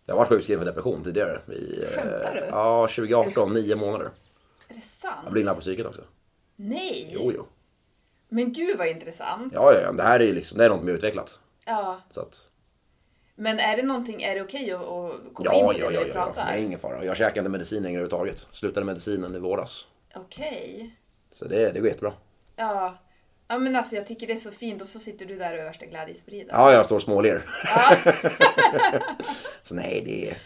Jag har varit sjukskriven för depression tidigare. Skämtar du? Ja, 2018, 9 månader. Är det sant? Jag blir inne på psyket också. Nej! Jo. Men gud vad intressant. Ja, det här är ju liksom, det är något mer utvecklat. Ja. Så att... Men är det okej att komma in på det när vi pratar? Det är ingen fara. Jag käkar inte medicin längre överhuvudtaget. Slutade medicinen i våras. Okej. Så det går jättebra. Ja. Ja, men alltså jag tycker det är så fint och så sitter du där och är värsta glädjespridare. Ja, jag står småler. Ja. Så nej,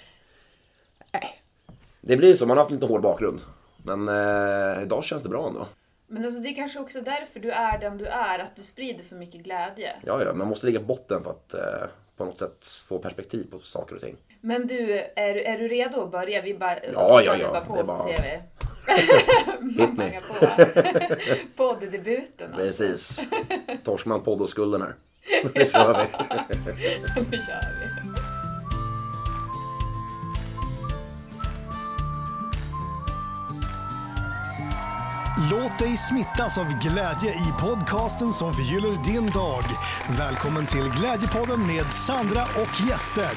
det blir så. Man har haft lite hård bakgrund. Men idag känns det bra ändå. Men alltså det är kanske också därför du är den du är, att du sprider så mycket glädje. Ja, man måste ligga botten för att på något sätt få perspektiv på saker och ting. Men du, är du redo att börja? Vi bara, ja. Bara på, så ser vi. Hit me. Poddebuten. Precis. Torskman podd och skulden här. Nu kör vi. Nu kör vi. Låt dig smittas av glädje i podcasten som förgyller din dag. Välkommen till Glädjepodden med Sandra och gäster.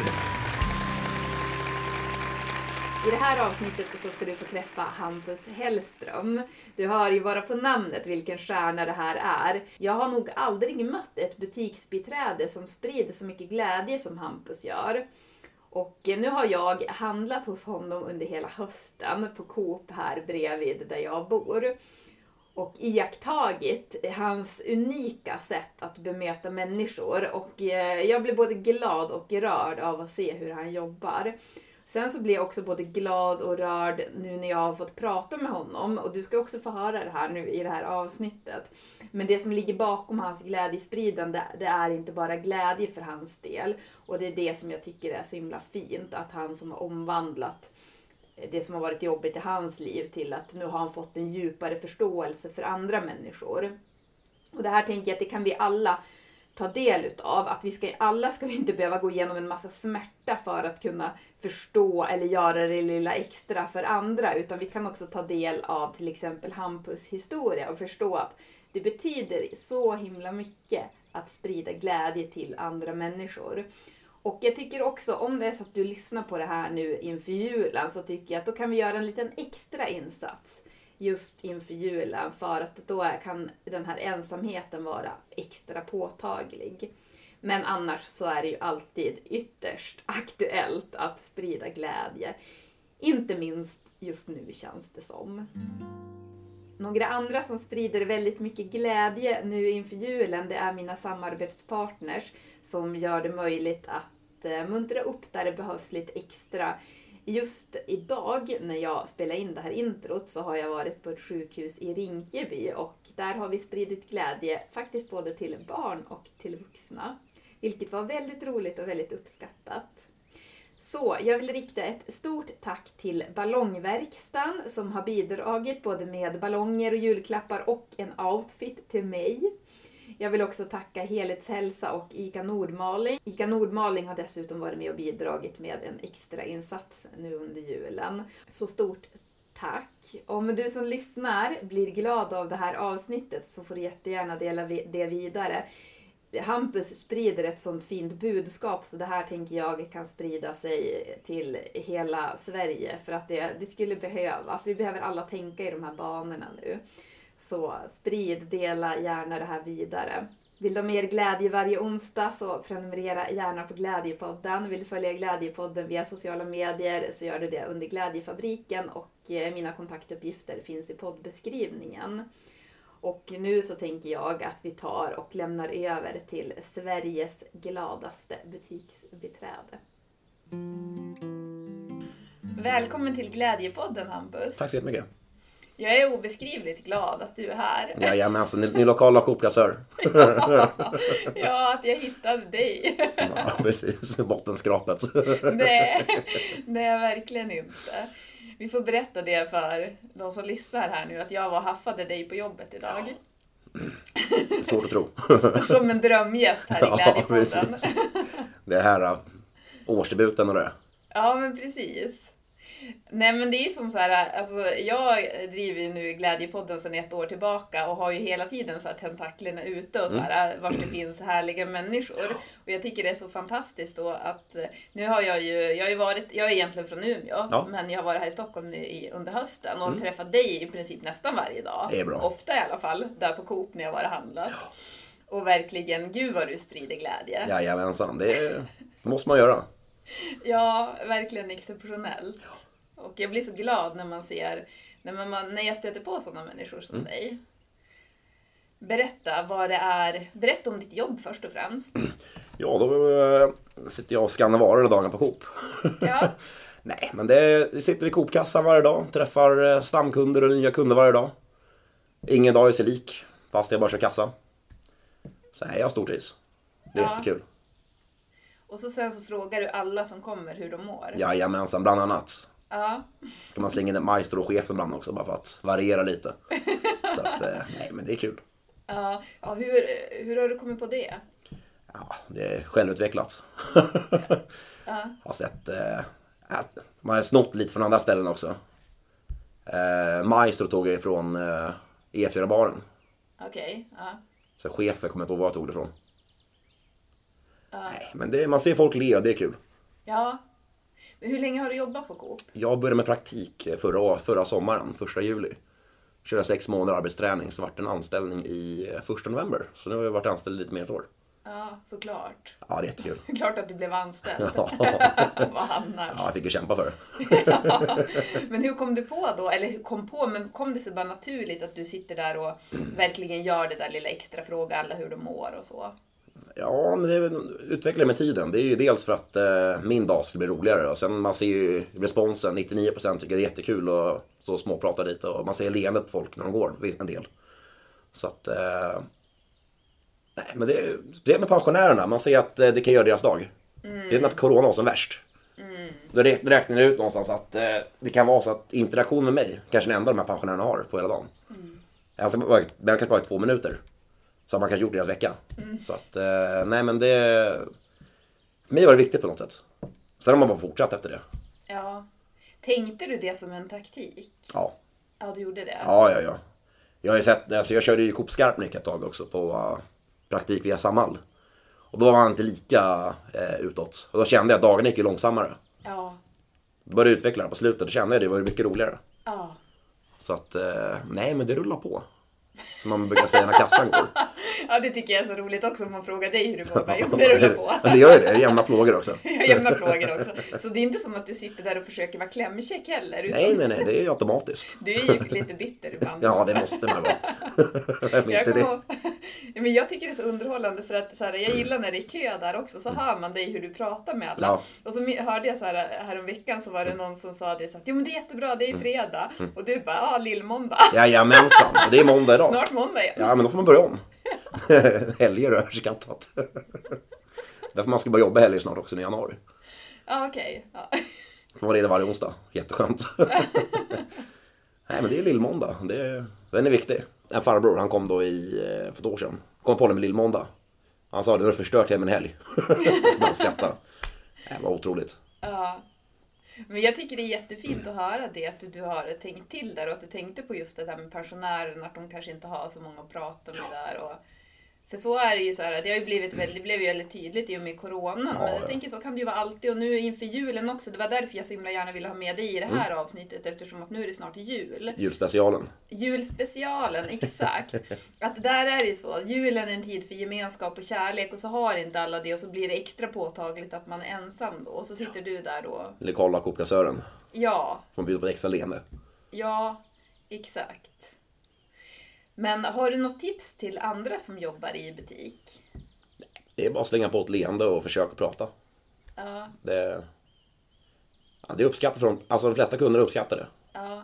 I det här avsnittet så ska du få träffa Hampus Hellström. Du hör ju bara på namnet vilken stjärna det här är. Jag har nog aldrig mött ett butiksbiträde som sprider så mycket glädje som Hampus gör. Och nu har jag handlat hos honom under hela hösten på Coop här bredvid där jag bor. Och iakttagit hans unika sätt att bemöta människor. Och jag blir både glad och rörd av att se hur han jobbar. Sen så blir jag också både glad och rörd nu när jag har fått prata med honom. Och du ska också få höra det här nu i det här avsnittet. Men det som ligger bakom hans glädjespridande, det är inte bara glädje för hans del. Och det är det som jag tycker är så himla fint. Att han som har omvandlat det som har varit jobbigt i hans liv till att nu har han fått en djupare förståelse för andra människor. Och det här tänker jag att det kan vi alla ta del utav. Att alla ska vi inte behöva gå igenom en massa smärta för att kunna förstå eller göra det lilla extra för andra. Utan vi kan också ta del av till exempel Hampus historia och förstå att det betyder så himla mycket att sprida glädje till andra människor. Och jag tycker också, om det är så att du lyssnar på det här nu inför julen, så tycker jag att då kan vi göra en liten extra insats just inför julen, för att då kan den här ensamheten vara extra påtaglig. Men annars så är det ju alltid ytterst aktuellt att sprida glädje. Inte minst just nu känns det som. Några andra som sprider väldigt mycket glädje nu inför julen, det är mina samarbetspartners som gör det möjligt att muntra upp där det behövs lite extra. Just idag när jag spelar in det här introt så har jag varit på ett sjukhus i Rinkeby och där har vi spridit glädje faktiskt både till barn och till vuxna. Vilket var väldigt roligt och väldigt uppskattat. Så jag vill rikta ett stort tack till Ballongverkstan som har bidragit både med ballonger och julklappar och en outfit till mig. Jag vill också tacka Helhetshälsa och ICA Nordmaling. ICA Nordmaling har dessutom varit med och bidragit med en extra insats nu under julen. Så stort tack! Om du som lyssnar blir glad av det här avsnittet så får du jättegärna dela det vidare. Hampus sprider ett sånt fint budskap så det här tänker jag kan sprida sig till hela Sverige. För att det skulle behövas. Vi behöver alla tänka i de här banorna nu. Så dela gärna det här vidare. Vill du ha mer glädje varje onsdag så prenumerera gärna på Glädjepodden. Vill du följa Glädjepodden via sociala medier så gör du det under Glädjefabriken och mina kontaktuppgifter finns i poddbeskrivningen. Och nu så tänker jag att vi tar och lämnar över till Sveriges gladaste butiksbiträde. Välkommen till Glädjepodden, Hampus. Tack så jättemycket. Jag är obeskrivligt glad att du är här. Jajamensan, ni lokala Coop-kassör. Ja, att jag hittade dig. Ja, precis. Bottenskrapet. Nej, det är jag verkligen inte. Vi får berätta det för de som lyssnar här nu, att jag var och haffade dig på jobbet idag. Svårt att tro. Som en drömgäst här i Glädjepodden. Det här årsdebuten och det. Ja, men precis. Nej, men det är ju som så här, alltså jag driver ju nu Glädjepodden sedan 1 år tillbaka och har ju hela tiden så här tentaklerna ute och så här, vars det finns härliga människor. Och jag tycker det är så fantastiskt då att nu har jag är egentligen från Umeå, men jag har varit här i Stockholm nu under hösten och träffat dig i princip nästan varje dag. Det är bra. Ofta i alla fall, där på Coop när jag var och handlat. Ja. Och verkligen, gud vad du sprider glädje. Jajamensan, det måste man göra. Ja, verkligen exceptionellt. Och jag blir så glad när man ser, när jag stöter på sådana människor som dig. Berätta vad det är. Berätta om ditt jobb först och främst. Ja, då sitter jag och skannar varor hela dagen på Coop. Ja. Nej, men det sitter i Coop-kassan varje dag. Träffar stamkunder och nya kunder varje dag. Ingen dag är sig lik, fast jag bara kör kassa. Så här, jag stortrivs. Det är jättekul. Och sen så frågar du alla som kommer hur de mår. Jajamensan, bland annat. Ja. Ska man slänga in en maestro och chef ibland också, bara för att variera lite. Så att, nej, men det är kul. Ja, hur har du kommit på det? Ja, det är självutvecklat. Har sett, man har snott lite från andra ställen också. Maestro tog jag ifrån E4-baren. Okej, ja. Så chefen kommer inte ihåg var jag tog det ifrån. Nej, men man ser folk le och det är kul. Ja. Men hur länge har du jobbat på Coop? Jag började med praktik förra sommaren, 1 juli. Körde 6 månader arbetsträning, så vart en anställning i 1 november. Så nu har jag varit anställd lite mer ett år. Ja, såklart. Ja, det är jättekul. Klart att du blev anställd. Ja. Vad annars? Ja, jag fick ju kämpa för det. Ja. Men hur kom du på då? Eller kom det sig bara naturligt att du sitter där och verkligen gör det där lilla extra, fråga alla hur de mår och så? Ja, men det utvecklar med tiden. Det är ju dels för att min dag skulle bli roligare. Och sen man ser ju responsen, 99% tycker det är jättekul att stå och småprata lite. Och man ser leendet på folk när de går, visst en del. Så att... nej, men det är speciellt med pensionärerna. Man ser att det kan göra deras dag. Det är när corona var som värst. Då räknar jag ut någonstans att det kan vara så att interaktion med mig kanske är det enda de här pensionärerna har på hela dagen. Alltså, det kanske bara är 2 minuter. Så har man kanske gjort deras vecka. Så att, nej men det... För mig var det viktigt på något sätt. Sen har man bara fortsatt efter det. Ja. Tänkte du det som en taktik? Ja. Ja, du gjorde det? Ja. Jag har ju sett, alltså jag körde ju Coop Skarpnäck ett tag också på praktik via Samhall. Och då var han inte lika utåt. Och då kände jag att dagen gick ju långsammare. Ja. Då började jag utveckla det på slutet. Då kände jag det var ju mycket roligare. Ja. Så att, nej men det rullar på. Som man brukar säga när kassan går. Ja, det tycker jag är så roligt också om man frågar dig hur det går. Jo, det rullar på. Men det gör ju det. Jämna plågor också. Jämna plågor också. Så det är inte som att du sitter där och försöker vara klämkäck heller. Utan... Nej. Det är ju automatiskt. Du är ju lite bitter ibland. Ja, det måste man vara. Men jag tycker det är så underhållande för att så här, jag gillar när det är kö där också. Så hör man dig hur du pratar med alla. Ja. Och så hörde jag så här om veckan så var det någon som sa det så att jo men det är jättebra, det är fredag. Och du bara, ja, lillmåndag. Jajamensan, det är måndag idag. Snart måndag igen. Ja, men då får man börja om. Helger är överskattat. Därför man ska börja jobba helger snart också i januari. Ja, okej. Ja. Man var det varje onsdag. Jätteskönt. Nej, men det är lillmåndag. Den är viktig. En farbror, han kom då för ett år sedan. Kom på det med lillmåndag. Han sa, du har förstört hela min helg. Så man skrattade. Det var otroligt. Ja. Men jag tycker det är jättefint att höra det, att du har tänkt till där och att du tänkte på just det där med pensionärerna, att de kanske inte har så många att prata med där. Och, för så är det ju så här, det blev ju väldigt tydligt i och med corona. Men jag tänker så kan det ju vara alltid, och nu inför julen också. Det var därför jag så himla gärna ville ha med dig i det här avsnittet, eftersom att nu är det snart jul. Julspecialen, exakt. Att där är det så, julen är en tid för gemenskap och kärlek och så har inte alla det och så blir det extra påtagligt att man är ensam då. Och så sitter du där då. Eller kolla Coop-kassören. Ja. Får man bjuda på ett extra leende. Ja, exakt. Men har du något tips till andra som jobbar i butik? Det är bara att slänga på ett leende och försöka prata. Ja. Det uppskattar alltså de flesta kunder uppskattar det. Ja.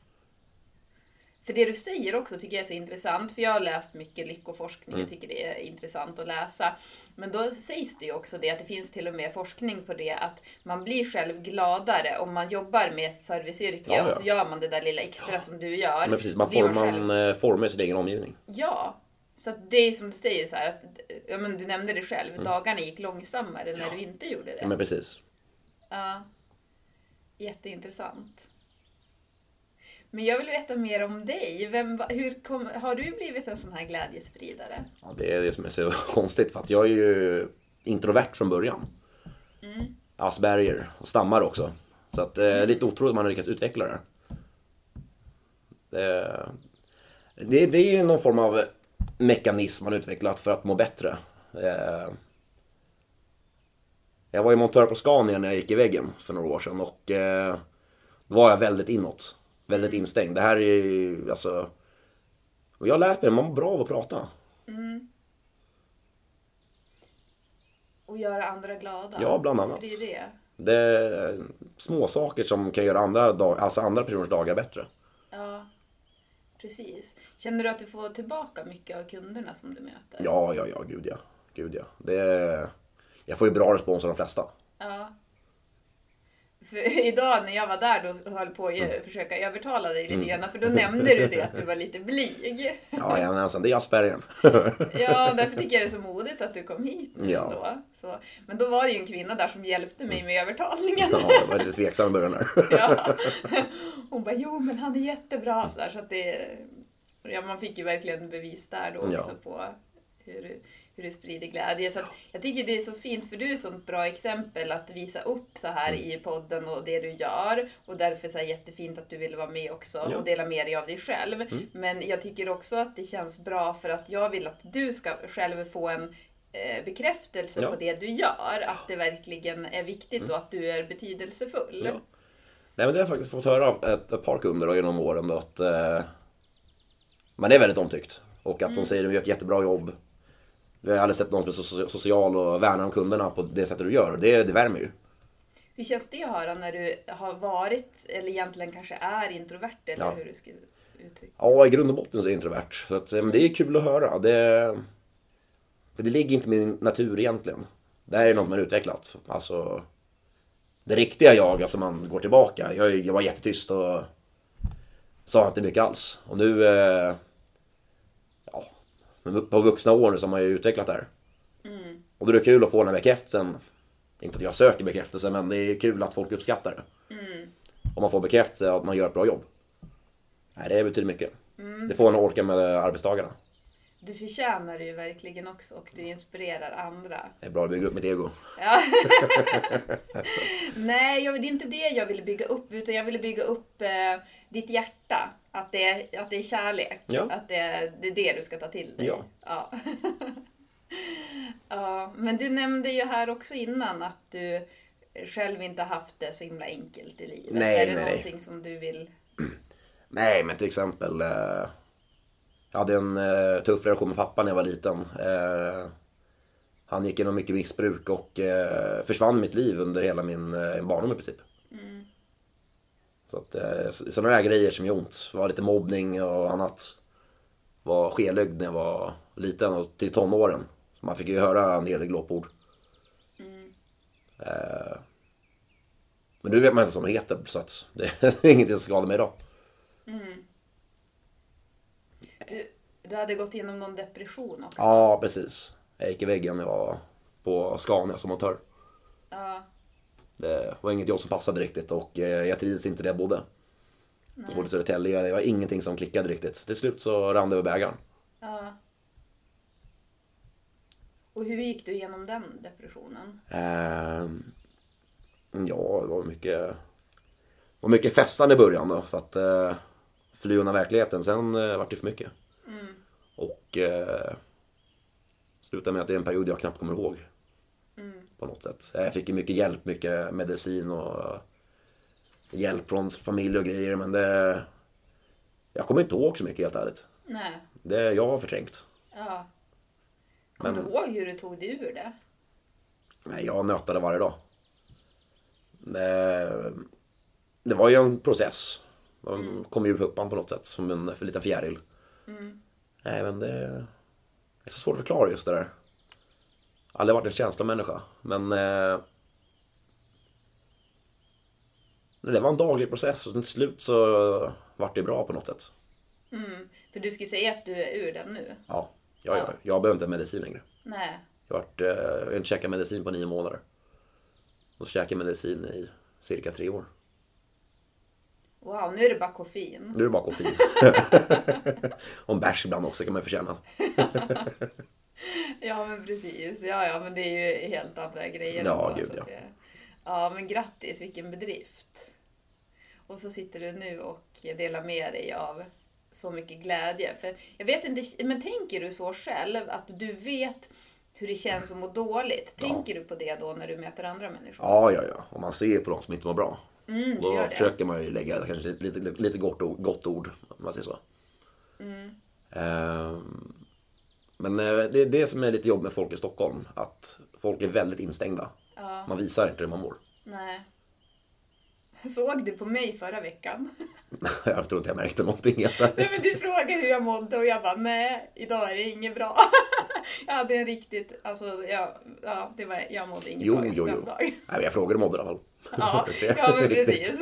För det du säger också tycker jag är så intressant. För jag har läst mycket lyckoforskning. Jag tycker det är intressant att läsa. Men då sägs det ju också det att det finns till och med forskning på det. Att man blir själv gladare om man jobbar med ett serviceyrke. Ja. Och så gör man det där lilla extra som du gör. Men precis, man formar sin egen omgivning. Ja. Så att det är som du säger så här. Att, ja, men du nämnde det själv. Dagarna gick långsammare när du inte gjorde det. Ja, men precis. Ja. Jätteintressant. Men jag vill veta mer om dig. Har du blivit en sån här glädjespridare? Ja, det är det som är så konstigt, för att jag är ju introvert från början. Asperger och stammar också. Så att det är lite otroligt att man har lyckats utveckla det. Det är ju någon form av mekanism man utvecklat för att må bättre. Jag var ju montör på Scania när jag gick i väggen för några år sedan, och då var jag väldigt inåt. Väldigt instängd. Det här är ju, alltså... Och jag har lärt mig att man mår bra av att prata. Och göra andra glada. Ja, bland annat. För det är det. Det är små saker som kan göra andra personers dagar bättre. Ja, precis. Känner du att du får tillbaka mycket av kunderna som du möter? Ja, gud ja. Jag får ju bra respons av de flesta. Ja. För idag när jag var där då höll på att försöka övertala dig lite grann. För då nämnde du det att du var lite blyg. Ja, det är Aspergen. Ja, därför tycker jag det är så modigt att du kom hit ändå. Så. Men då var det ju en kvinna där som hjälpte mig med övertalningen. Ja, jag var lite tveksam i början där. Ja. Hon bara, jo men han är jättebra. Så att man fick ju verkligen bevis där då också på hur du sprider glädje. Så att jag tycker det är så fint, för du är ett sånt bra exempel att visa upp så här i podden och det du gör. Och därför så här jättefint att du ville vara med också och dela med dig av dig själv. Men jag tycker också att det känns bra, för att jag vill att du ska själv få en bekräftelse på det du gör. Att det verkligen är viktigt och att du är betydelsefull. Ja. Nej, men det har jag faktiskt fått höra av ett par kunder då, genom åren då, att man är väldigt omtyckt. Och att de säger att de gör ett jättebra jobb. Jag har aldrig sett någon som är social och värnar om kunderna på det sättet du gör. Det värmer ju. Hur känns det att höra när du har varit, eller egentligen kanske är introvert, eller hur du ska uttrycka? Ja, i grund och botten så är jag introvert. Så att, men det är kul att höra. För det ligger inte i min natur egentligen. Det här är något man har utvecklat. Alltså, det riktiga jag, alltså man går tillbaka. Jag var jättetyst och sa inte mycket alls. Och nu, men på vuxna år nu så har man ju utvecklat det här. Och då är det kul att få den här bekräftelsen. Inte att jag söker bekräftelse, men det är kul att folk uppskattar det. Om man får bekräftelse att man gör ett bra jobb. Nej, det betyder mycket. Det får en att orka med arbetsdagarna. Du förtjänar det ju verkligen också, och du inspirerar andra. Det är bra att bygga upp mitt ego. Ja. Nej, det är inte det jag ville bygga upp, utan jag ville bygga upp ditt hjärta. Att det är kärlek. Ja. Att det är det du ska ta till dig. Ja. Ja, men du nämnde ju här också innan att du själv inte har haft det så himla enkelt i livet. Är det någonting som du vill... Nej, men till exempel... Jag hade en tuff relation med pappa när jag var liten. Han gick igenom mycket missbruk och försvann mitt liv under hela min barndom i princip. Så att sådana här grejer som gör ont. Var lite mobbning och annat. Var skelögd när jag var liten och till tonåren. Så man fick ju höra en del glåpord. Men nu vet man inte vad det heter, så att det är ingenting som skadar mig idag. Du hade gått igenom någon depression också? Ja, precis. Jag gick i väggen när jag var på Scania som montör. Ja. Det var inget jobb som passade riktigt och jag trivdes inte där jag bodde. Jag bodde i Södertälje, det var ingenting som klickade riktigt. Till slut så rann det över bägaren. Ja. Och hur gick du igenom den depressionen? Ja, det var mycket festande i början då, för att fly undan verkligheten. Sen var det för mycket. Och slutade med att det är en period jag knappt kommer ihåg. På något sätt. Jag fick ju mycket hjälp, mycket medicin och hjälp från familj och grejer, men jag kommer inte ihåg så mycket, helt ärligt. Nej. Jag har förträngt. Ja. Kommer du ihåg hur du tog dig ur det? Nej, jag nötade varje dag. Det var ju en process. Man kom ur puppan på något sätt, som en liten fjäril. Nej, men det är så svårt att förklara just det där. Aldrig varit en känslomänniska, men det var en daglig process och till slut så vart det bra på något sätt. För du skulle säga att du är ur den nu? Ja. Jag behöver inte medicin längre. Nej. Jag har inte käkat medicin på 9 månader. Och käkat medicin i cirka 3 år. Wow, nu är det bara koffein. Nu är det bara koffein. Om bärs ibland också kan man förtjäna. Ja, men precis. Ja, men det är ju helt andra grejer. Ja, ändå, gud, så ja. Ja, men grattis, vilken bedrift. Och så sitter du nu och delar med dig av så mycket glädje. För jag vet inte, men tänker du så själv att du vet hur det känns att må dåligt? Tänker du på det då när du möter andra människor? Ja. Om man ser på de som inte mår bra. Du Då gör det. försöker man ju lägga kanske lite gott ord, om man säger så. Men det är det som är lite jobb med folk i Stockholm. Att folk är väldigt instängda. Ja. Man visar inte hur man mår. Nej. Såg du på mig förra veckan? Jag tror inte jag märkte någonting. Nej, men du frågade hur jag mådde och jag bara, nej, idag är det inget bra. Jag hade en riktigt, alltså, jag mådde inget bra just den dag. Nej, jag frågade om mådde i alla fall. Ja, men precis.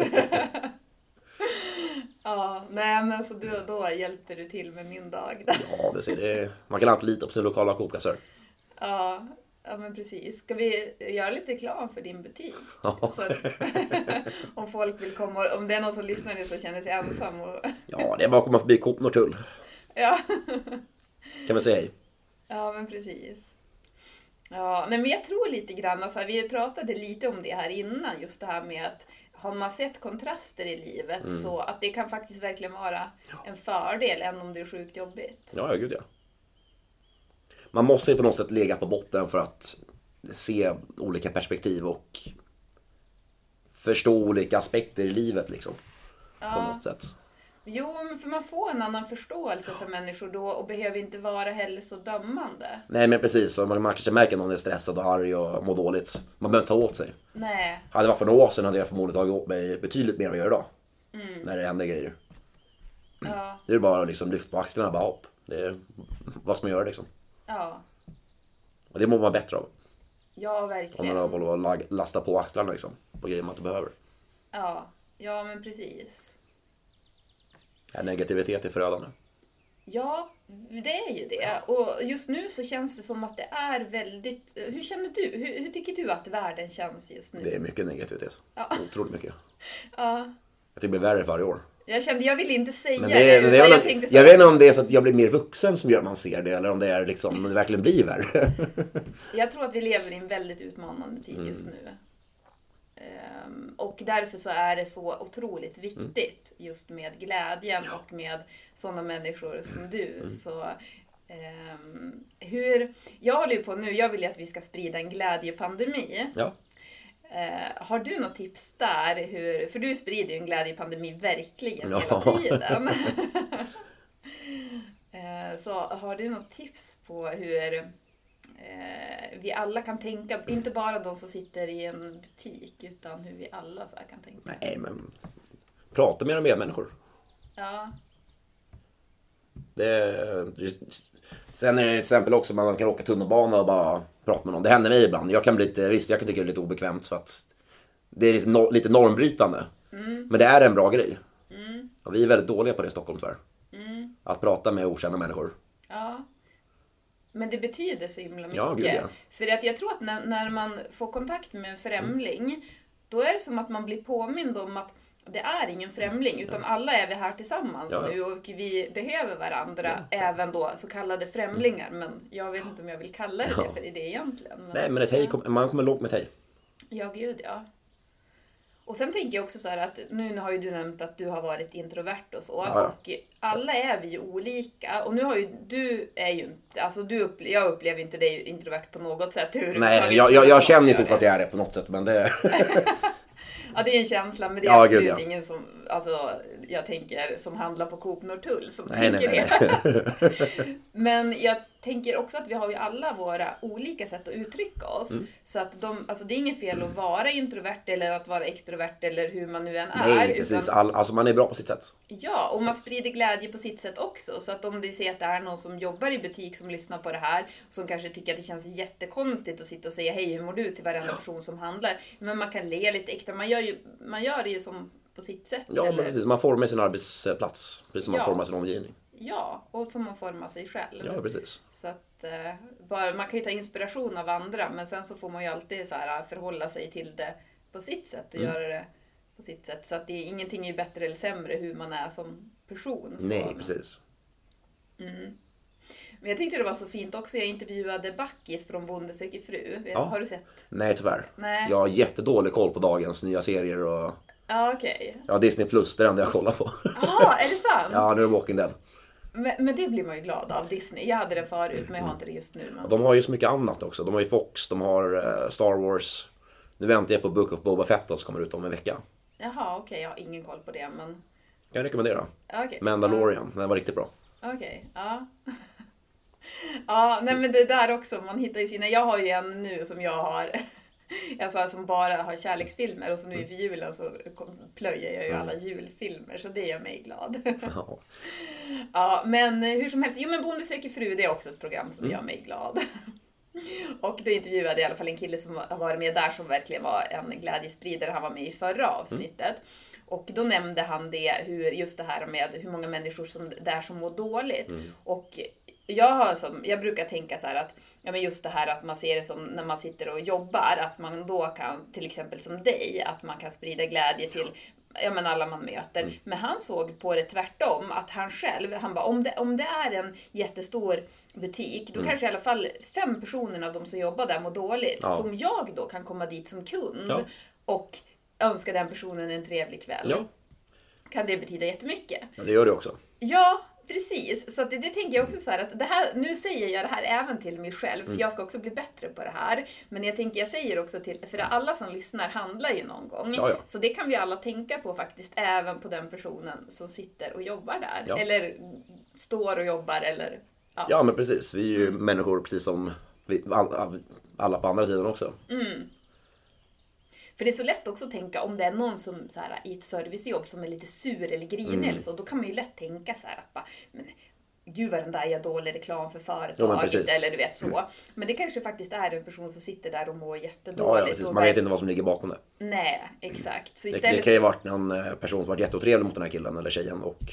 Ja, nej, men så då hjälpte du till med min dag. Ja, det ser det. Man kan alltid lita på sin lokala kokkassör. Ja, men precis. Ska vi göra lite reklam för din butik? Så att, om folk vill komma, om det är någon som lyssnar nu så känner sig ensam. Ja, det är bara att komma förbi Coop Norrtull. Ja. Kan man säga hej. Ja, men precis. Ja, nej, men jag tror lite grann, alltså, vi pratade lite om det här innan, just det här med att har man sett kontraster i livet så att det kan faktiskt verkligen vara en fördel än om det är sjukt jobbigt. Ja, gud ja. Man måste ju på något sätt ligga på botten för att se olika perspektiv och förstå olika aspekter i livet liksom. På något sätt. Jo, men för man får en annan förståelse för människor då och behöver inte vara heller så dömande. Nej, men precis. Och man kanske märker att någon är stressad och arg och mår dåligt. Man behöver inte ta åt sig. Nej. Hade det varit för några år sedan hade jag förmodligen tagit åt mig betydligt mer än jag gör idag. När det händer grejer. Ja. Det är bara liksom lyft på axlarna och bara hopp. Det är vad ska man göra liksom. Ja. Och det mår man bättre av. Ja, Om verkligen. man har lastat på axlarna liksom. På grejer man inte behöver. Ja, men precis. Ja, negativitet är förödande. Ja, det är ju det. Och just nu så känns det som att det är väldigt... Hur känner du? Hur tycker du att världen känns just nu? Det är mycket negativitet. Ja. Otroligt mycket. Ja. Jag tycker det blir värre för varje år. Jag vill inte säga Men det. utan jag tänkte så... Jag vet inte om det är så att jag blir mer vuxen som gör att man ser det. Eller om det är liksom, om det verkligen blir värre. Jag tror att vi lever i en väldigt utmanande tid just nu. Och därför så är det så otroligt viktigt just med glädjen och med sådana människor som du. Så, jag håller ju på nu, jag vill ju att vi ska sprida en glädjepandemi. Ja. Har du något tips där? För du sprider ju en glädjepandemi verkligen hela Ja. tiden. Så har du något tips på hur vi alla kan tänka, inte bara de som sitter i en butik, utan hur vi alla så här kan tänka? Nej, men prata med era medmänniskor. Ja. Sen är det till exempel också man kan åka tunnelbana och bara prata med någon. Det händer mig ibland. Jag kan tycka det är lite obekvämt för att det är lite normbrytande. Men det är en bra grej. Och vi är väldigt dåliga på det i Stockholm tyvärr. Att prata med okända människor. Ja. Men det betyder så himla mycket. Ja, gud, ja. För att jag tror att när man får kontakt med en främling, då är det som att man blir påmind om att det är ingen främling, utan alla är vi här tillsammans nu och vi behöver varandra, även då så kallade främlingar. Men jag vet inte om jag vill kalla det för det egentligen. Men, Nej, men ett hej, man kommer långt med ett hej. Ja, gud ja. Och sen tänker jag också så här att nu har ju du nämnt att du har varit introvert och så. Ja. Och alla är vi ju olika. Och nu har ju du är ju inte, alltså jag upplever inte dig introvert på något sätt. Nej, jag känner ju fortfarande att jag är det på något sätt, men det... Ja, det är en känsla, men det är absolut ingen som, alltså, jag tänker, som handlar på Coop Norrtull som tänker det. Men jag tänker också att vi har ju alla våra olika sätt att uttrycka oss. Så att alltså det är inget fel att vara introvert eller att vara extrovert eller hur man nu än är. Nej, precis. Alltså man är bra på sitt sätt. Ja, och man sprider glädje på sitt sätt också. Så att om du ser att det är någon som jobbar i butik som lyssnar på det här, som kanske tycker att det känns jättekonstigt att sitta och säga hej, hur mår du till varenda person som handlar. Men man kan le lite extra. Man gör det ju som på sitt sätt. Ja, men precis. Man formar sin arbetsplats. Precis som man formar sin omgivning. Ja, och som man formar sig själv. Ja, precis. Så att man kan ju ta inspiration av andra, men sen så får man ju alltid så här förhålla sig till det på sitt sätt och göra det på sitt sätt. Så att ingenting är ju bättre eller sämre hur man är som person. Så. Nej, precis. Men jag tyckte det var så fint också. Jag intervjuade Backis från Bonde söker fru. Har du sett? Nej, tyvärr. Nej. Jag har jättedålig koll på dagens nya serier och... Ja, okej. Ja, Disney Plus, det är det enda jag kollar på. Ja, är det sant? Ja, nu är det Walking Dead. Men det blir man ju glad av, Disney. Jag hade det förut, men jag har inte det just nu. Men... De har ju så mycket annat också. De har ju Fox, de har Star Wars. Nu väntar jag på Book of Boba Fett som kommer ut om en vecka. Jaha, okej. Jag har ingen koll på det, men... Kan jag rekommendera. Okay. Mandalorian, den var riktigt bra. Okej, ja. Ja, nej men det där också. Man hittar ju sina... Jag har ju en nu som jag har... Alltså som bara har kärleksfilmer och så nu inför julen så plöjer jag ju alla julfilmer så det gör mig glad. Ja. Ja, men hur som helst. Jo, men Bonde söker fru, det är också ett program som gör mig glad. Och då intervjuade jag i alla fall en kille som har varit med där som verkligen var en glädjespridare. Han var med i förra avsnittet. Och då nämnde han just det här med hur många människor som mår dåligt. Och jag brukar tänka så här att ja, men just det här att man ser det som när man sitter och jobbar, att man då kan, till exempel som dig, att man kan sprida glädje till alla man möter. Men han såg på det tvärtom, att han bara, om det är en jättestor butik, då kanske i alla fall 5 personer av de som jobbar där mår dåligt. Ja. Som jag då kan komma dit som kund och önska den personen en trevlig kväll. Ja. Kan det betyda jättemycket? Ja, det gör det också. Ja, precis. Så att det tänker jag också så här att nu säger jag det här även till mig själv, för jag ska också bli bättre på det här. Men jag säger också för alla som lyssnar handlar ju någon gång. Ja. Så det kan vi alla tänka på faktiskt, även på den personen som sitter och jobbar där. Ja. Eller står och jobbar eller... Ja, men precis. Vi är ju människor precis som alla på andra sidan också. För det är så lätt också att tänka om det är någon som så här, i ett servicejobb som är lite sur eller grinig eller så, då kan man ju lätt tänka så här att bara, men gud vad den där gör dålig reklam för företaget eller du vet så. Men det kanske faktiskt är en person som sitter där och mår jättedåligt. Ja, precis. Man vet inte vad som ligger bakom det. Nej, exakt. Så det kan ju ha varit någon person som varit jätteotrevlig mot den här killen eller tjejen och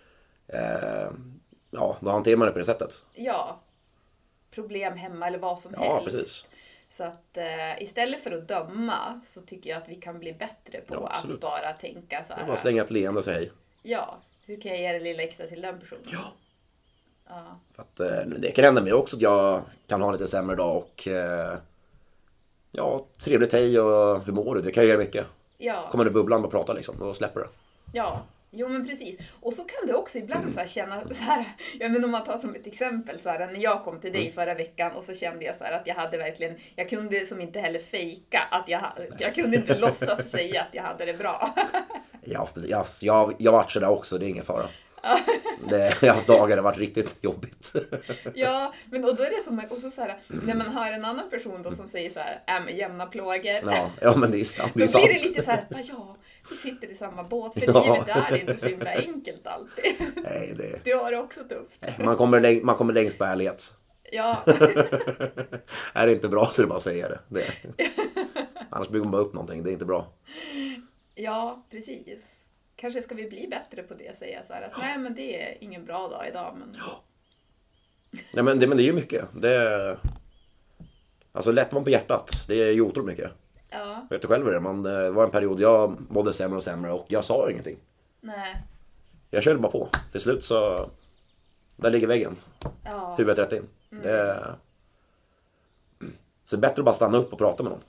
då hanterar man det på det sättet. Ja, problem hemma eller vad som Ja, helst. precis. Så att istället för att döma så tycker jag att vi kan bli bättre på att bara tänka så här. Bara slänga ett leende och säga hej. Ja, hur kan jag ge det lilla extra till den personen? Ja. För att det kan hända mig också att jag kan ha en lite sämre dag och trevligt hej och hur mår du? Det kan jag göra mycket. Ja. Kommer du bubblan och prata liksom, då släpper det. Ja. Jo men precis. Och så kan det också ibland så här känna så här, om man tar som ett exempel så här, när jag kom till dig förra veckan och så kände jag så här att jag hade verkligen, jag kunde som inte heller fejka att jag kunde inte låtsas säga att jag hade det bra. Jag har varit sådär också, det är ingen fara. Jag har haft dagar det har varit riktigt jobbigt. Ja, men och då är det som också så här, när man hör en annan person då som säger så här, med jämna plågor. Ja, men det är sant. Då blir det lite så här, vi sitter i samma båt, för livet är inte så himla enkelt alltid. Nej, Du har det också tufft. Man kommer längst på ärlighet. Ja. Är det inte bra så är det bara att säga det. Annars bygger man bara upp någonting, det är inte bra. Ja, precis. Kanske ska vi bli bättre på det, säga så här att nej men det är ingen bra dag idag. Men... Ja. Nej, men det är ju mycket. Alltså lätt man på hjärtat, det är ju otroligt mycket. Ja. Jag vet du själv det, det var en period jag mådde sämre och sämre och jag sa ingenting. Nej. Jag körde bara på. Till slut så, där ligger väggen. Ja. Huvudet rätt in. Så det är bättre att bara stanna upp och prata med någon.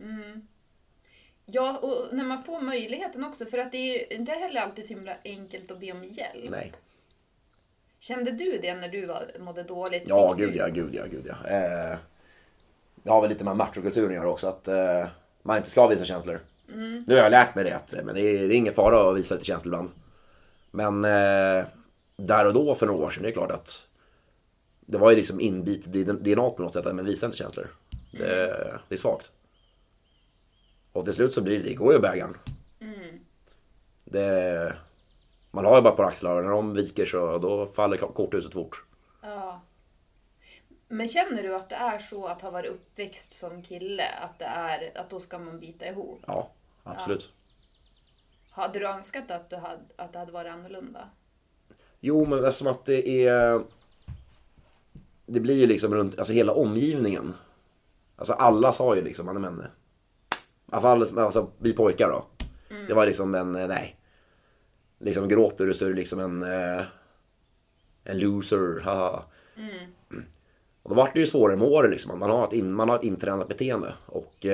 Ja, och när man får möjligheten också, för att det är inte heller alltid så himla enkelt att be om hjälp. Nej. Kände du det när du mådde dåligt? Ja, gud ja. Det har väl lite med machokulturen att göra också, att man inte ska visa känslor. Nu har jag lärt mig det, men det är ingen fara att visa lite känslor ibland. Men där och då för några år sedan, det är klart att det var ju liksom inbit i DNA på något sätt, men visa inte känslor. Det är svagt. Och till slut så det går ju bägaren. Man har ju bara på axlar, när de viker så då faller korthuset fort. Ja. Men känner du att det är så att ha varit uppväxt som kille, att då ska man bita ihop? Ja, absolut. Ja. Hade du önskat att det hade varit annorlunda? Jo, men eftersom att det blir ju liksom runt, alltså hela omgivningen. Alltså alla sa ju liksom, man är män. I alla fall alltså, vi pojkar då. Det var liksom nej. Liksom gråter du så är du liksom en loser, haha. Och då var det ju svårare med åren liksom. Man har ett intränat beteende. Och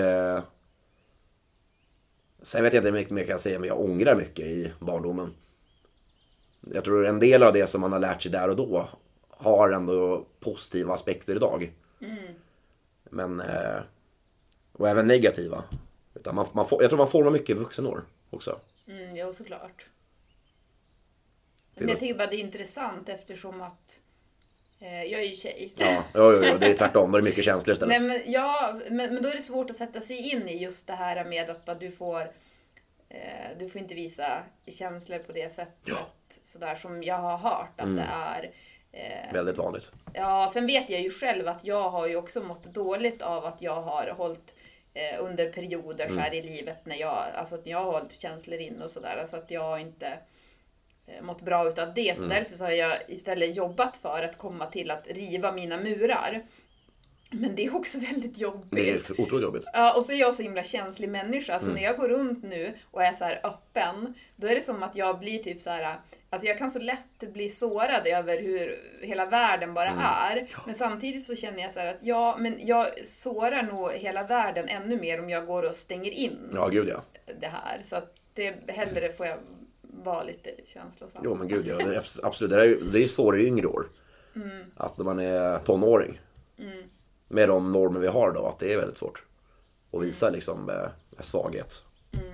sen vet jag inte hur mycket mer jag kan säga, men jag ångrar mycket i barndomen. Jag tror en del av det som man har lärt sig där och då har ändå positiva aspekter idag. Men och även negativa. Utan jag tror man formar mycket i vuxenår också. Jo, såklart. Men jag tycker bara det är intressant eftersom att jag är ju tjej. Ja, det är tvärtom. Då är det mycket känslor istället. Nej, men då är det svårt att sätta sig in i just det här med att du får inte visa känslor på det sättet sådär som jag har hört att det är. Väldigt vanligt. Ja, sen vet jag ju själv att jag har ju också mått dåligt av att jag har hållit under perioder så här i livet när jag har hållit känslor in och sådär. Alltså att jag inte mått bra utav det. Så därför så har jag istället jobbat för att komma till att riva mina murar. Men det är också väldigt jobbigt. Det är otroligt jobbigt. Ja, och så är jag så himla känslig människa. Så när jag går runt nu och är så här öppen, då är det som att jag blir typ så här. Alltså jag kan så lätt bli sårad över hur hela världen bara är. Men samtidigt så känner jag så här att men jag sårar nog hela världen ännu mer om jag går och stänger in det här. Så att hellre får jag vara lite känslosam. Jo men gud, det är, absolut. Det är svårare i yngre år. Att när man är tonåring. Med de normer vi har då, att det är väldigt svårt att visa liksom svaghet.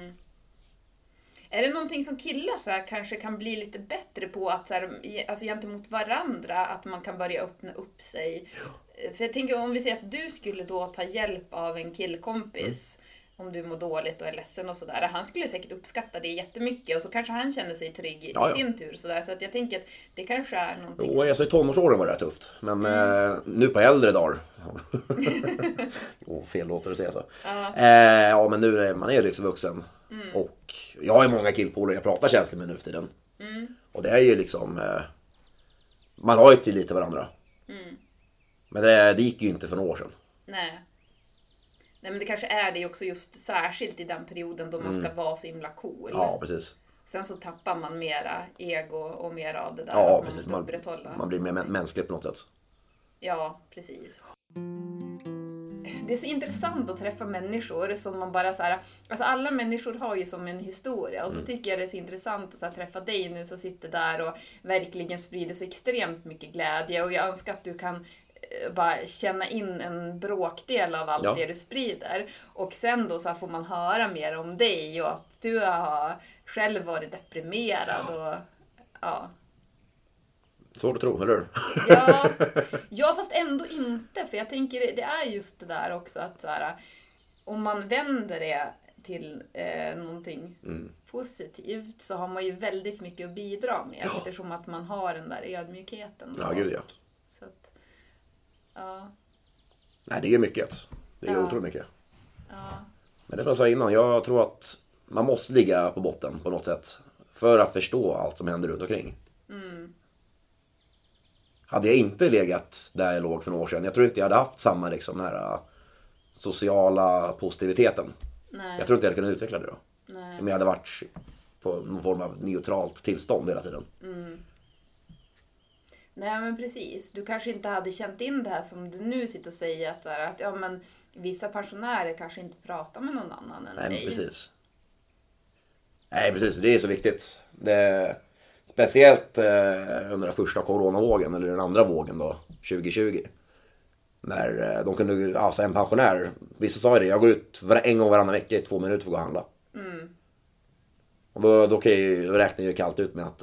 Är det någonting som killar så här kanske kan bli lite bättre på att så här, alltså gentemot varandra, att man kan börja öppna upp sig? För jag tänker om vi säger att du skulle då ta hjälp av en killkompis om du mår dåligt och är ledsen och sådär. Han skulle säkert uppskatta det jättemycket och så kanske han känner sig trygg i sin tur. Sådär. Så att jag tänker att det kanske är någonting. Jo, alltså i tonårsåren var det tufft. Men nu på äldre dagar. Fel låter att säga så. Ja, men nu är man ju liksom vuxen. Och jag har ju många killpolare jag pratar känsligt med nu för tiden. Och det är ju liksom man har ju till lite varandra. Men det gick ju inte för några år sedan. Nej, men det kanske är det också just särskilt i den perioden då man ska vara så himla cool. Ja, precis. Sen så tappar man mera ego och mera av det där. Ja, precis. Man blir mer mänsklig på något sätt. Ja, precis. Det är så intressant att träffa människor som man bara så här, alltså alla människor har ju som en historia och så tycker jag det är så intressant att så här, träffa dig nu som sitter där och verkligen sprider så extremt mycket glädje och jag önskar att du kan bara känna in en bråkdel av allt det du sprider och sen då så här får man höra mer om dig och att du har själv varit deprimerad och Svårt att tro, eller hur? Ja, fast ändå inte. För jag tänker, det är just det där också att så här, om man vänder det till någonting positivt så har man ju väldigt mycket att bidra med eftersom att man har den där ödmjukheten. Ja, gud ja. Så att, Nej, det är mycket. Det är otroligt mycket. Ja. Men det som jag sa innan, jag tror att man måste ligga på botten på något sätt för att förstå allt som händer runt omkring. Hade jag inte legat där jag låg för några år sedan, jag tror inte jag hade haft samma liksom, här, sociala positiviteten. Nej. Jag tror inte jag hade kunnat utveckla det då. Nej. Om jag hade varit på någon form av neutralt tillstånd hela tiden. Nej, men precis. Du kanske inte hade känt in det här som du nu sitter och säger att ja, men vissa pensionärer kanske inte pratar med någon annan än dig. Nej, precis. Nej, precis. Det är så viktigt. Speciellt under den första coronavågen eller den andra vågen då, 2020. När de kunde, alltså en pensionär, vissa sa ju det, jag går ut en gång varannan vecka i 2 minuter för att gå och handla. Och då räknar jag kallt ut med att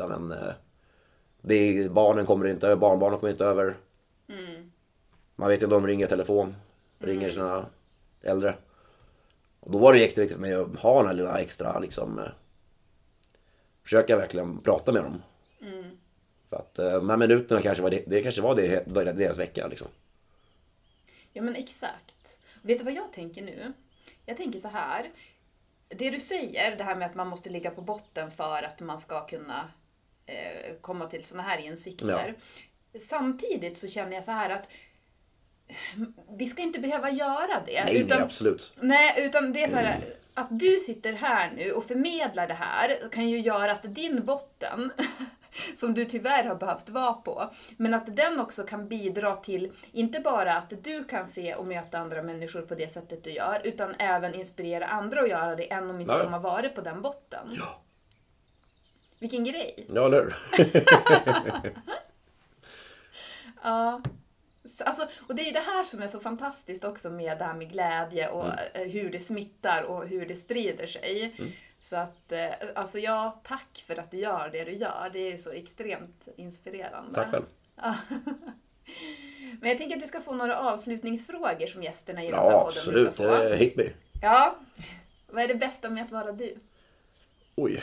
barnen kommer inte över, barnbarnen kommer inte över. Man vet inte om de ringer telefon, ringer sina äldre. Och då var det jätteviktigt med att ha den här lilla extra liksom, försöka verkligen prata med dem. För att de här minuterna kanske var deras vecka liksom. Ja, men exakt. Vet du vad jag tänker nu? Jag tänker så här. Det du säger, det här med att man måste ligga på botten för att man ska kunna komma till såna här insikter. Ja. Samtidigt så känner jag så här att vi ska inte behöva göra det. Nej, absolut. Nej, utan det är så här, att du sitter här nu och förmedlar det här kan ju göra att din botten, som du tyvärr har behövt vara på, men att den också kan bidra till, inte bara att du kan se och möta andra människor på det sättet du gör, utan även inspirera andra att göra det, än om inte de har varit på den botten. Ja. Vilken grej. Ja, eller hur? Ja. Alltså, och det är det här som är så fantastiskt också med det här med glädje och hur det smittar och hur det sprider sig. Så att, alltså tack för att du gör det du gör. Det är så extremt inspirerande. Tack själv. Men jag tänker att du ska få några avslutningsfrågor som gästerna i den här Ja, podden absolut. brukar få. Hit me. Ja. Vad är det bästa med att vara du? Oj.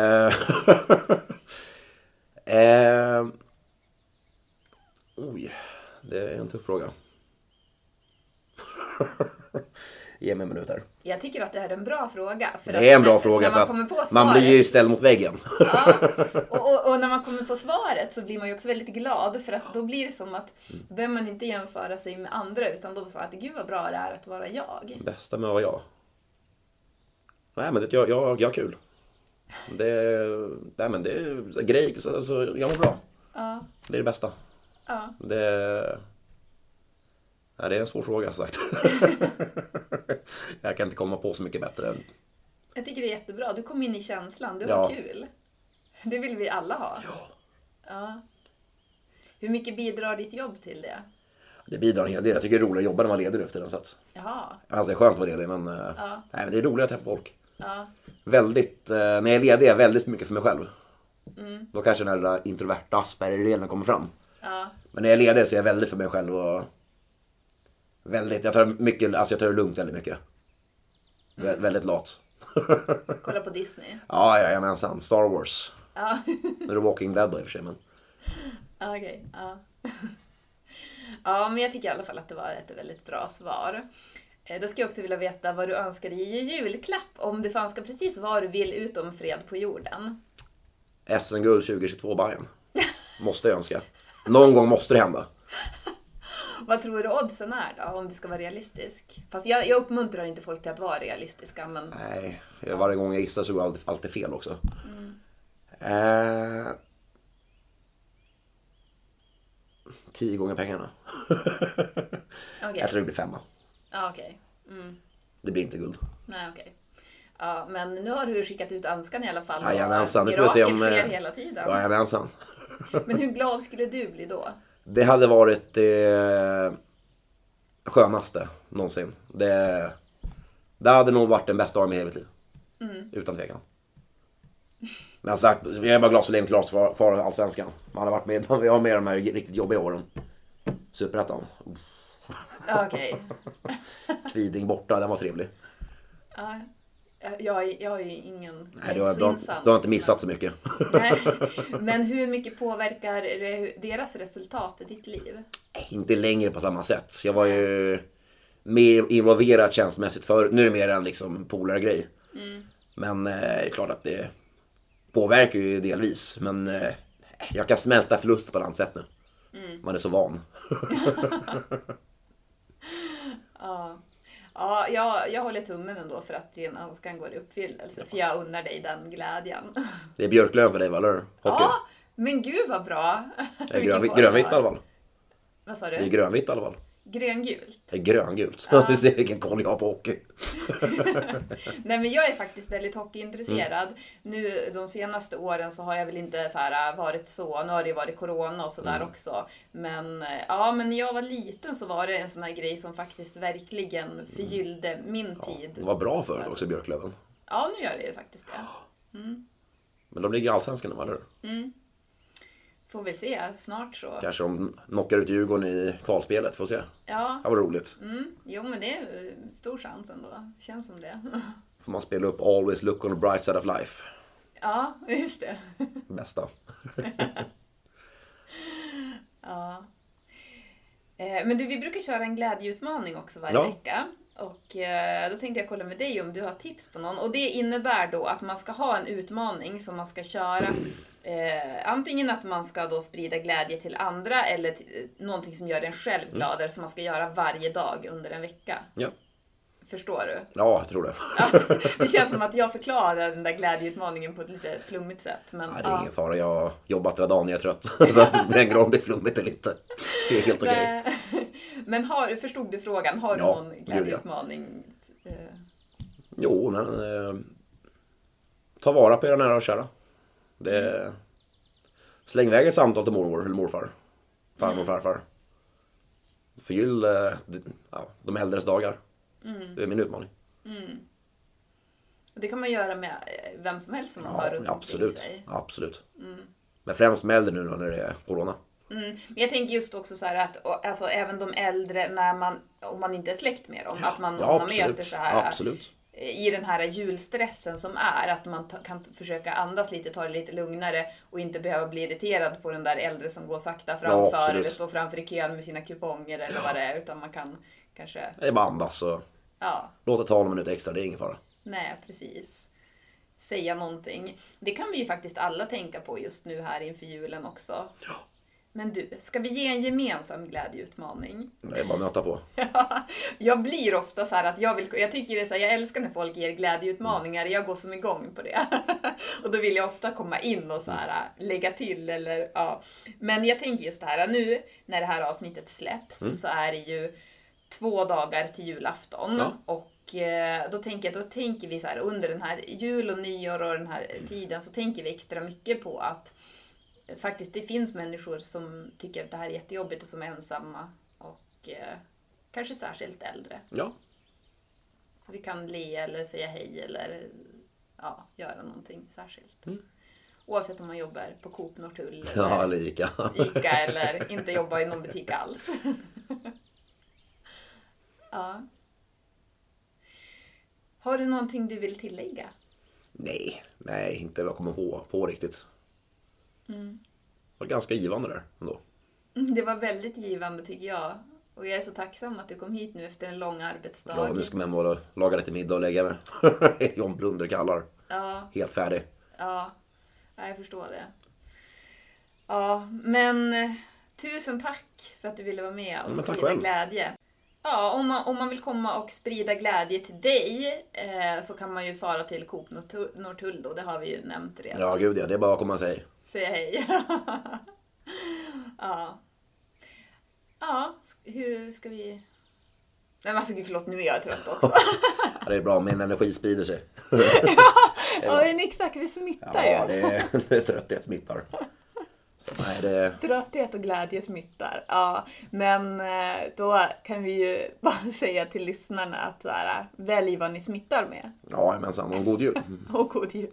Oj. Det är en tuff fråga. Ge mig en minut här. Jag tycker att det är en bra fråga. För det är en bra när fråga för man att man blir ju ställd mot väggen. Ja, och när man kommer på svaret så blir man ju också väldigt glad. För att då blir det som att då behöver man inte jämföra sig med andra, utan då säger att gud vad bra det är att vara jag. Bästa med att vara jag? Nej, men jag har kul. Det är grej, så jag mår bra. Ja. Det är det bästa. Ja. Det är en svår fråga, sagt. Jag kan inte komma på så mycket bättre. Jag tycker det är jättebra. Du kom in i känslan. Du har kul. Det vill vi alla ha. Ja. Hur mycket bidrar ditt jobb till det? Det bidrar en hel del. Jag tycker det är roligt att jobba när man leder efter den sätt. Jaha. Alltså det är skönt att vara ledig, men, nej, men det är roligt att träffa folk. Ja. Väldigt, när jag är ledig är jag väldigt mycket för mig själv. Då kanske den där introverta Asperger-delen kommer fram. Ja. Men när jag är ledig så är jag väldigt för mig själv och jag tar det lugnt väldigt mycket. Väldigt lat. Kolla på Disney. Ja, jag är ensam. Star Wars. Ja. Det är Walking Dead då i och för sig, men... Okej, ja. Ja, men jag tycker i alla fall att det var ett väldigt bra svar. Då ska jag också vilja veta vad du önskar dig i julklapp, om du får önska precis vad du vill utom fred på jorden. SM-guld 2022 Bayern. Måste jag önska. Någon gång måste det hända. Vad tror du oddsen är då, om du ska vara realistisk? Fast jag uppmuntrar inte folk till att vara realistiska, men... Nej, varje gång jag gissar så går alltid fel också. 10 gånger pengarna. Okay. Jag tror det blir 5. Ja, okej. Det blir inte guld. Nej, okej. Ja, men nu har du skickat ut önskan i alla fall. Jajamensan, det får vi se om... sker hela tiden. Jajamensan. Men hur glad skulle du bli då? Det hade varit det skönaste någonsin. Det hade nog varit den bästa dagen i hela mitt liv. Utan tvekan. Men sagt, jag är bara glad så länge klart för allsvenskan. Man har varit med, vi har med de här riktigt jobbiga åren. Superettan. Okej. Kviding borta, den var trevlig. Ja, jag är ju ingen... Nej, du har inte missat så mycket. Nej, men hur mycket påverkar deras resultat i ditt liv? Inte längre på samma sätt. Jag var ju mer involverad känslomässigt för. Nu är det mer en liksom polargrej. Men det är klart att det påverkar ju delvis. Men jag kan smälta förlust på ett annat sätt nu. Man är så van. Ja, jag håller tummen ändå för att din önskan går i uppfyllelse. För jag unnar dig den glädjen. Det är Björklöven för dig, eller? Hockey. Ja, men gud vad bra. Det är grönvitt i alla fall. Vad sa du? Det är grönvitt i alla fall. Gröngult. Det är gröngult. Ja. Du ser vilken koll jag har på hockey. Nej, men jag är faktiskt väldigt hockeyintresserad. Nu de senaste åren så har jag väl inte så här varit så. Nu har det ju varit corona och sådär också. Men ja, men när jag var liten så var det en sån här grej som faktiskt verkligen förgyllde min tid. Det var bra för också, Björklöven. Ja, nu gör det ju faktiskt det. Men de ligger i allsvenskan nu, eller? Får väl se, snart så. Kanske de knockar ut Djurgården i kvalspelet, får se. Ja. Det var roligt. Jo, men det är stor chans ändå. Känns som det. Får man spela upp Always Look on the Bright Side of Life. Ja, just det. Bästa. Ja. Men du, vi brukar köra en glädjeutmaning också varje vecka. Och då tänkte jag kolla med dig om du har tips på någon. Och det innebär då att man ska ha en utmaning som man ska köra. Antingen att man ska då sprida glädje till andra eller någonting som gör en själv gladare som man ska göra varje dag under en vecka. Ja. Förstår du? Ja, jag tror det. Ja, det känns som att jag förklarar den där glädjeutmaningen på ett lite flummigt sätt. Men, Nej, det är ingen fara. Jag har jobbat hela dagen, jag är trött. Så att det spelar ingen roll om det är flummigt eller inte. Det är helt okej. Men förstod du frågan? Har du någon glädjeutmaning? Jo, men ta vara på era nära och kära. Släng iväg ett samtal till mormor eller morfar. Farmor och farfar. Förgyll de äldres dagar. Det är min utmaning. Och det kan man göra med vem som helst som man har runt omkring sig. Absolut. Men främst med äldre nu när det är corona. Men jag tänker just också så här att alltså, även de äldre, om man inte är släkt med dem, att man möter så här. Absolut. I den här julstressen som är, att man kan försöka andas lite, ta det lite lugnare och inte behöva bli irriterad på den där äldre som går sakta framför eller står framför i kön med sina kuponger eller vad det är, utan man kan kanske... Det är bara andas och låt det ta någon minut extra, det är ingen fara. Nej, precis. Säga någonting. Det kan vi ju faktiskt alla tänka på just nu här inför julen också. Ja. Men du, ska vi ge en gemensam glädjeutmaning? Det är bara att nöta på. Jag blir ofta så här att jag tycker det är så här, jag älskar när folk ger glädjeutmaningar. Jag går som igång på det. Och då vill jag ofta komma in och så här lägga till eller Men jag tänker just det här, nu när det här avsnittet släpps så är det ju 2 dagar till julafton. Ja. Och då tänker vi så här, under den här jul och nyår och den här tiden så tänker vi extra mycket på att faktiskt det finns människor som tycker att det här är jättejobbigt och som är ensamma och kanske särskilt äldre. Ja. Så vi kan le eller säga hej eller göra någonting särskilt. Oavsett om man jobbar på Coop Norrtull eller Ica. Ica eller inte jobbar i någon butik alls. Ja. Har du någonting du vill tillägga? Nej, inte vad jag kommer på riktigt. Det var ganska givande där ändå. Det var väldigt givande tycker jag. Och jag är så tacksam att du kom hit nu efter en lång arbetsdag. Ja, nu ska man bara laga lite middag och lägga mig. John Blunder kallar. Ja. Helt färdig. Ja, jag förstår det. Ja, men tusen tack för att du ville vara med och sprida glädje. Ja, om man vill komma och sprida glädje till dig så kan man ju fara till Coop Norrtull då. Det har vi ju nämnt redan. Ja, gud ja. Det är bara att komma och säga. Säga hej. Ja. Ja, hur ska vi... Nej, alltså gud, förlåt, nu är jag trött också. Ja, det är bra, min energi sprider sig. Ja, exakt, det smittar ju. Ja, det är trötthet smittar. Så, Trötthet och glädje smittar. Ja, men då kan vi ju bara säga till lyssnarna att så här, välj vad ni smittar med. Ja, men samma. Och god jul. Och god jul.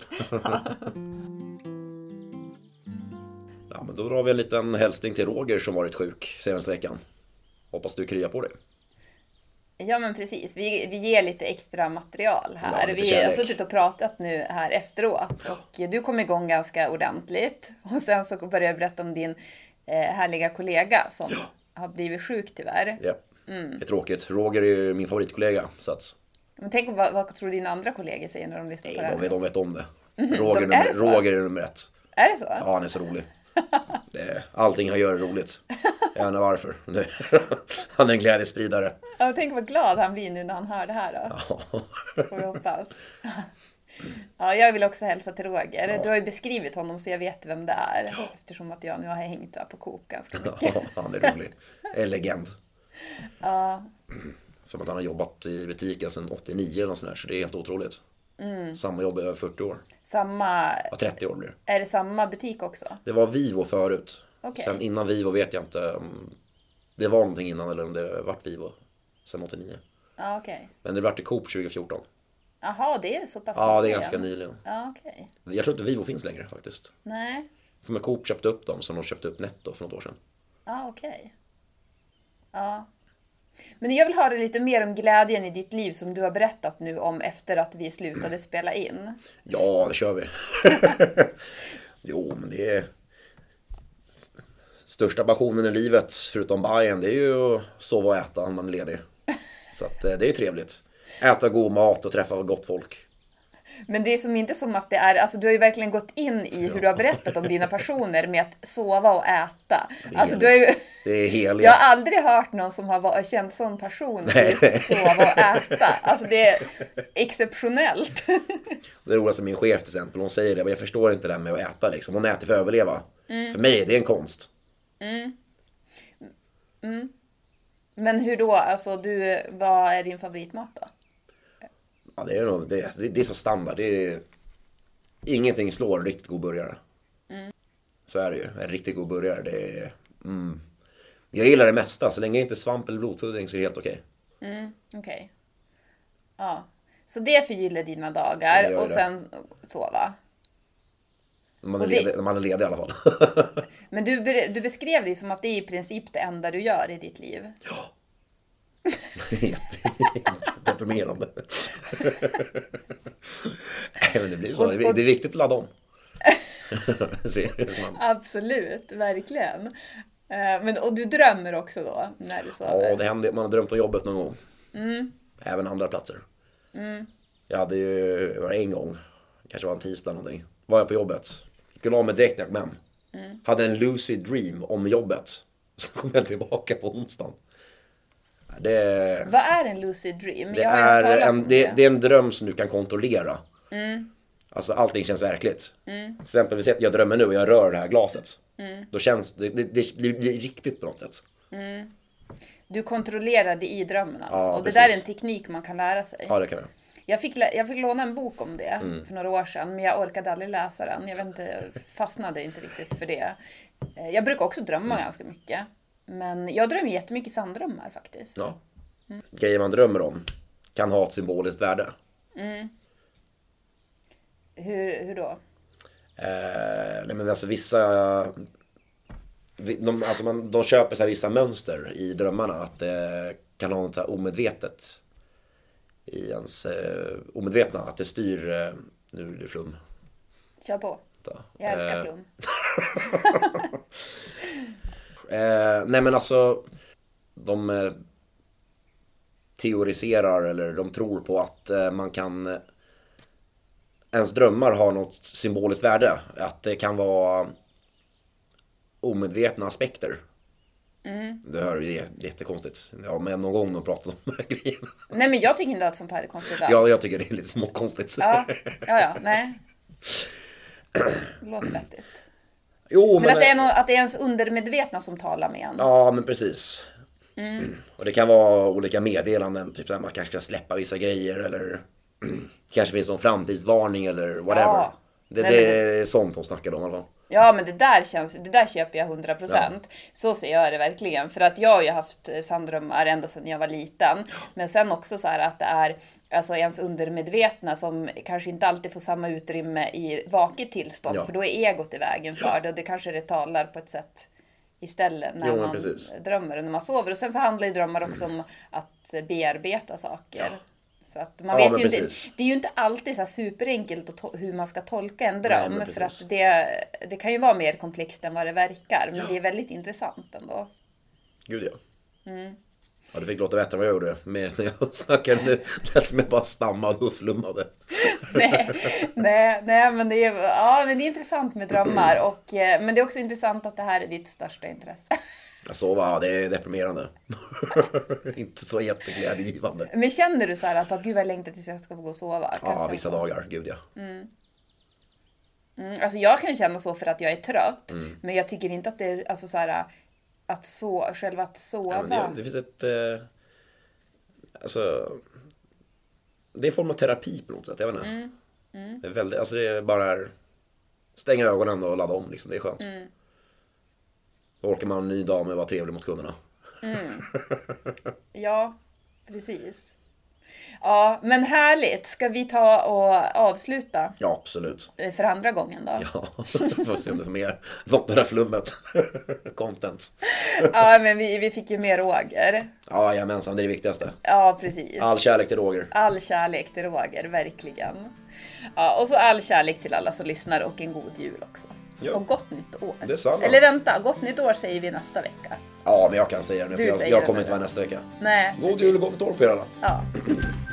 Ja, men då drar vi en liten hälsning till Roger som varit sjuk senaste veckan. Hoppas du kryar på det. Ja, men precis. Vi ger lite extra material här. Ja, vi har suttit och pratat nu här efteråt. Och du kom igång ganska ordentligt. Och sen så började jag berätta om din härliga kollega som har blivit sjuk tyvärr. Ja, det är tråkigt. Roger är ju min favoritkollega. Så att... Men tänk vad tror dina andra kollegor säger när de lyssnar på det här? De vet om det. Roger är nummer 1. Är det så? Ja, han är så rolig. Allting han gör är roligt. Jag vet inte varför. Han är en glädjespridare. Ja, tänk vad glad han blir nu när han hör det här då. Ja. Får vi hoppas. Ja, jag vill också hälsa till Roger. Ja. Du har ju beskrivit honom så jag vet vem det är. Ja. Eftersom att jag nu har hängt där på Coop ganska mycket. Ja, han är rolig. En legend. Ja. Som att han har jobbat i butiken sedan 89 eller något sånt där, så det är helt otroligt. Samma jobb i över 40 år. Samma... Ja, 30 år blir det. Är det samma butik också? Det var Vivo förut. Okay. Sen innan Vivo vet jag inte om det var någonting innan eller om det vart Vivo sen 89. Ja, okej. Okay. Men det vart i Coop 2014. Jaha, det är så pass. Ja, det är ganska nyligen. Ja, okej. Okay. Jag tror inte Vivo finns längre faktiskt. Nej. För med Coop köpte upp dem som de köpte upp Netto för något år sedan. Ja, okej. Okay. Ja. Men jag vill höra lite mer om glädjen i ditt liv som du har berättat nu om efter att vi slutade spela in. Ja, det kör vi. Jo, men det är... Största passionen i livet, förutom Bayern, det är ju att sova och äta när man är ledig. Så att, det är ju trevligt. Äta god mat och träffa gott folk. Men det är som inte som att det är, alltså du har ju verkligen gått in i hur du har berättat om dina passioner med att sova och äta. Alltså du har ju, det är heligt. jag har aldrig hört någon som har känt sån passion till att sova och äta. Alltså det är exceptionellt. Det är roligt som min chef till exempel, hon säger det, men jag förstår inte det här med att äta liksom. Hon äter för att överleva. För mig, det är en konst. Men hur då? Alltså vad är din favoritmat då? Ja, det är nog, det är så standard. Det är, ingenting slår en riktigt god burgare. Så är det ju. En riktigt god burgare, det är... Jag gillar det mesta. Så länge det inte är svamp eller blodpudding så är det helt okej. Okej. Ja. Så det förgyller dina dagar och sen sova. När man är ledig i alla fall. Men du beskrev det som att det är i princip det enda du gör i ditt liv. Ja. Deprimerande. Men det blir så. Det är viktigt att ladda om. Absolut, verkligen. Och du drömmer också då när du sover? Ja, det händer. Man har drömt om jobbet någon gång. Även andra platser. Jag hade ju en gång, kanske var en tisdag någonting, var jag på jobbet. Gick av mig direkt när jag kom hem. Hade en lucid dream om jobbet. Så kom jag tillbaka på onsdagen. Vad är en lucid dream? Det är en dröm som du kan kontrollera. Alltså allting känns verkligt. Till exempel, jag drömmer nu och jag rör det här glaset. Då känns det blir riktigt på något sätt. Du kontrollerar det i drömmen alltså. Ja, och precis. Det där är en teknik man kan lära sig. Ja, det kan jag. Jag fick låna en bok om det för några år sedan, men jag orkade aldrig läsa den. Jag vet inte, jag fastnade inte riktigt för det. Jag brukar också drömma ganska mycket. Men jag drömmer jättemycket sanddrömmar faktiskt. Ja. Grejer man drömmer om kan ha ett symboliskt värde. Hur då? Nej, men alltså vissa... De köper så här vissa mönster i drömmarna. Att det kan ha något så här omedvetet i ens omedvetna. Att det styr... nu är det flum. Kör på. Jag älskar flum. Nej men alltså... De teoriserar eller de tror på att man kan... Ens drömmar har något symboliskt värde. Att det kan vara omedvetna aspekter. Det hör ju jättekonstigt. Ja, men någon gång de pratar om de här grejerna. Nej, men jag tycker inte att sånt här är konstigt alls. Ja, jag tycker det är lite småkonstigt. Ja, nej. Det låter vettigt. Jo, men att det är ens undermedvetna som talar med en. Ja, men precis. Och det kan vara olika meddelanden. Typ att man kanske ska släppa vissa grejer. Eller kanske finns någon framtidsvarning eller whatever. Ja. Det är sånt hon snackade om i alla fall. Ja, men det där köper jag 100%. Ja. Så ser jag det verkligen. För att jag har ju haft sanddrömmar ända sedan jag var liten. Men sen också så här att det är alltså ens undermedvetna som kanske inte alltid får samma utrymme i vaket tillstånd. Ja. För då är egot i vägen för det. Och det kanske det talar på ett sätt istället när man drömmer och när man sover. Och sen så handlar ju drömmar också om att bearbeta saker. Ja. Så att man vet ju inte, det är ju inte alltid så här superenkelt hur man ska tolka en dröm. Nej, för att det kan ju vara mer komplext än vad det verkar. Men det är väldigt intressant ändå. Gud ja. Ja, du fick låta bättre än vad jag gjorde. Men när jag snackade nu lät som jag bara stammade och flummade. nej, men det är intressant med drömmar. Men det är också intressant att det här är ditt största intresse. Ja, det är deprimerande. Inte så jätteglädjegivande. Men känner du så här att gud vad jag längtar tills jag ska få gå och sova? Ja, vissa dagar, gud ja. Alltså jag kan känna så för att jag är trött. Men jag tycker inte att det är alltså så här själva att sova. Ja, det finns ett alltså det är en form av terapi på något sätt, jag vet inte. Det är väldigt, alltså det är bara här, stänga ögonen och ladda om liksom, det är skönt. Då orkar man en ny dag med att vara trevlig mot kunderna. Ja, precis. Ja, men härligt. Ska vi ta och avsluta? Ja, absolut. För andra gången då? Ja, får se om det är mer. Något det där flummet. Content. Ja, men vi fick ju mer Roger. Ja, jajamensan, det är det viktigaste. Ja, precis. All kärlek till Roger. All kärlek till Roger, verkligen. Ja, och så all kärlek till alla som lyssnar och en god jul också. Ja. Och gott nytt år. Detsamma. Eller vänta, gott nytt år säger vi nästa vecka. Ja, men jag kan säga det nu, för jag kommer inte vara nästa vecka. Nej. God jul och gott nytt år på er alla. Ja.